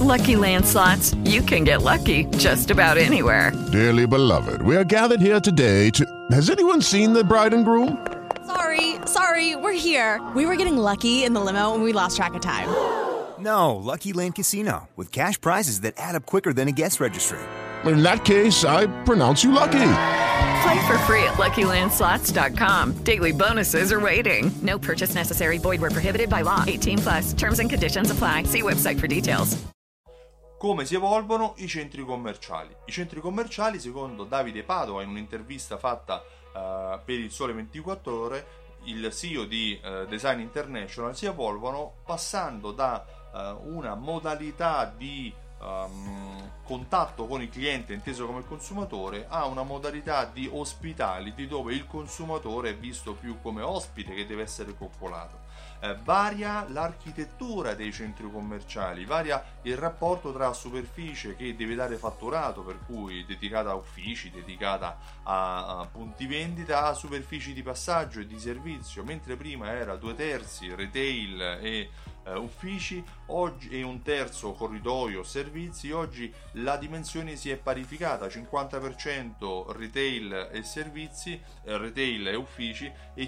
Lucky Land Slots, you can get lucky just about anywhere. Dearly beloved, we are gathered here today to... Has anyone seen the bride and groom? Sorry, we're here. We were getting lucky in the limo and we lost track of time. No, Lucky Land Casino, with cash prizes that add up quicker than a guest registry. In that case, I pronounce you lucky. Play for free at LuckyLandSlots.com. Daily bonuses are waiting. No purchase necessary. Void where prohibited by law. 18+. Terms and conditions apply. See website for details. Come si evolvono i centri commerciali? I centri commerciali, secondo Davide Padova, in un'intervista fatta per il Sole 24 Ore, il CEO di Design International, si evolvono passando da una modalità di contatto con il cliente inteso come consumatore a una modalità di hospitality dove il consumatore è visto più come ospite che deve essere coccolato. Varia l'architettura dei centri commerciali, varia il rapporto tra superficie che deve dare fatturato, per cui dedicata a uffici, dedicata a punti vendita, a superfici di passaggio e di servizio, mentre prima era 2/3 retail e uffici, oggi è 1/3 corridoio servizi. Oggi la dimensione si è parificata: 50% retail e servizi, retail e uffici, e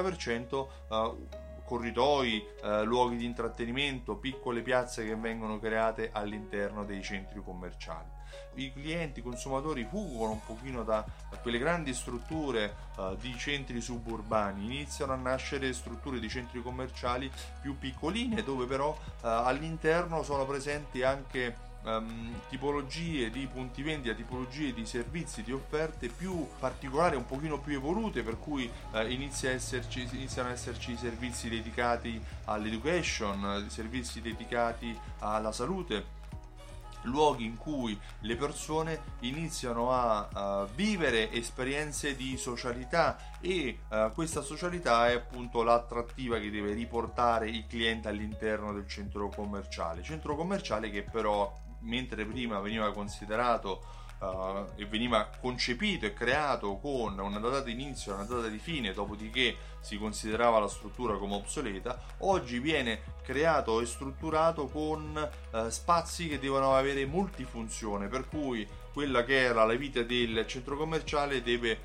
50% corridoi, luoghi di intrattenimento, piccole piazze che vengono create all'interno dei centri commerciali. I clienti, i consumatori fuggono un pochino da quelle grandi strutture di centri suburbani, iniziano a nascere strutture di centri commerciali più piccoline, dove però all'interno sono presenti anche tipologie di punti vendita, tipologie di servizi, di offerte più particolari, un pochino più evolute, per cui iniziano ad esserci servizi dedicati all'education, servizi dedicati alla salute, luoghi in cui le persone iniziano a vivere esperienze di socialità, e questa socialità è appunto l'attrattiva che deve riportare il cliente all'interno del centro commerciale che però, mentre prima veniva considerato e veniva concepito e creato con una data di inizio e una data di fine, dopodiché si considerava la struttura come obsoleta, oggi viene creato e strutturato con spazi che devono avere multifunzione, per cui quella che era la vita del centro commerciale deve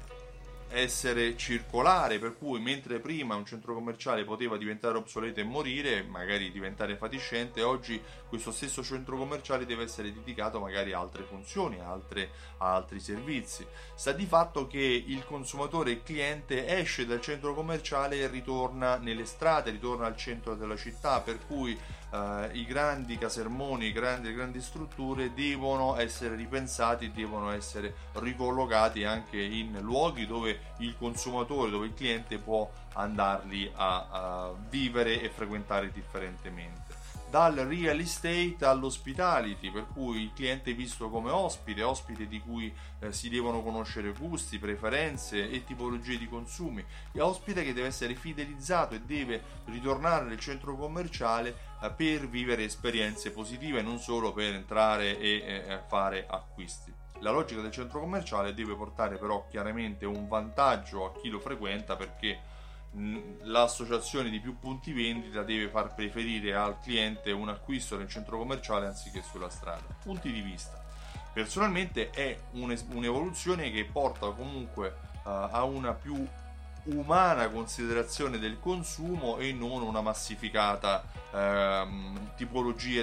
essere circolare, per cui mentre prima un centro commerciale poteva diventare obsoleto e morire, magari diventare fatiscente, oggi questo stesso centro commerciale deve essere dedicato magari a altre funzioni, a altri servizi. Sta di fatto che il consumatore, il cliente, esce dal centro commerciale e ritorna nelle strade, ritorna al centro della città, per cui i grandi casermoni, le grandi strutture devono essere ripensati, devono essere ricollocati anche in luoghi dove il consumatore, dove il cliente può andarli a vivere e frequentare differentemente. Dal real estate all'hospitality, per cui il cliente è visto come ospite di cui si devono conoscere gusti, preferenze e tipologie di consumi, e ospite che deve essere fidelizzato e deve ritornare nel centro commerciale per vivere esperienze positive, non solo per entrare e fare acquisti. La logica del centro commerciale deve portare però chiaramente un vantaggio a chi lo frequenta, perché l'associazione di più punti vendita deve far preferire al cliente un acquisto nel centro commerciale anziché sulla strada. Punti di vista. Personalmente è un'evoluzione che porta comunque a una più umana considerazione del consumo e non una massificata tipologia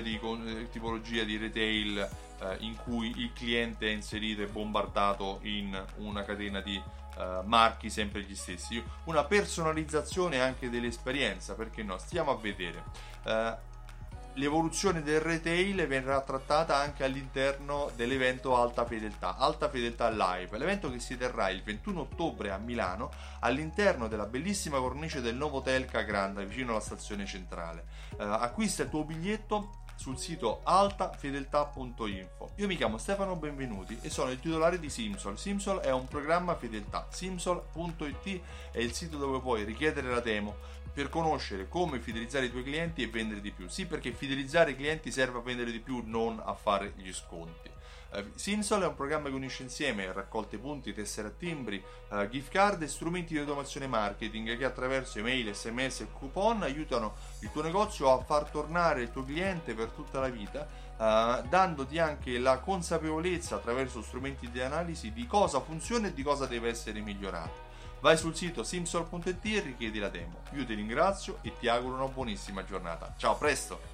di retail in cui il cliente è inserito e bombardato in una catena di marchi sempre gli stessi. Una personalizzazione anche dell'esperienza, perché no? Stiamo a vedere. L'evoluzione del retail verrà trattata anche all'interno dell'evento Alta Fedeltà Live, l'evento che si terrà il 21 ottobre a Milano all'interno della bellissima cornice del Novotel Granda, vicino alla stazione centrale. Acquista il tuo biglietto sul sito altafedeltà.info. Io mi chiamo Stefano Benvenuti e sono il titolare di Simsol. Simsol è un programma fedeltà. Simsol.it è il sito dove puoi richiedere la demo per conoscere come fidelizzare i tuoi clienti e vendere di più. Sì, perché fidelizzare i clienti serve a vendere di più, non a fare gli sconti. Simsol è un programma che unisce insieme raccolte punti, tessere a timbri, gift card e strumenti di automazione marketing che attraverso email, sms e coupon aiutano il tuo negozio a far tornare il tuo cliente per tutta la vita, dandoti anche la consapevolezza attraverso strumenti di analisi di cosa funziona e di cosa deve essere migliorato. Vai sul sito simsol.it e richiedi la demo. Io ti ringrazio e ti auguro una buonissima giornata. Ciao, a presto!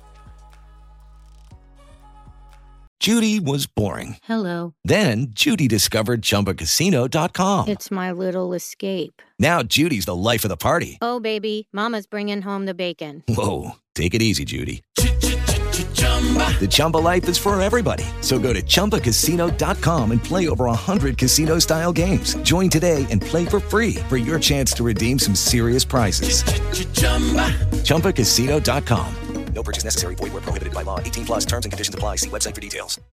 Judy was boring. Hello. Then Judy discovered ChumbaCasino.com. It's my little escape. Now Judy's the life of the party. Oh, baby, mama's bringing home the bacon. Whoa, take it easy, Judy. The Chumba life is for everybody. So go to ChumbaCasino.com and play over 100 casino-style games. Join today and play for free for your chance to redeem some serious prizes. ChumbaCasino.com. No purchase necessary. Void where prohibited by law. 18+ terms and conditions apply. See website for details.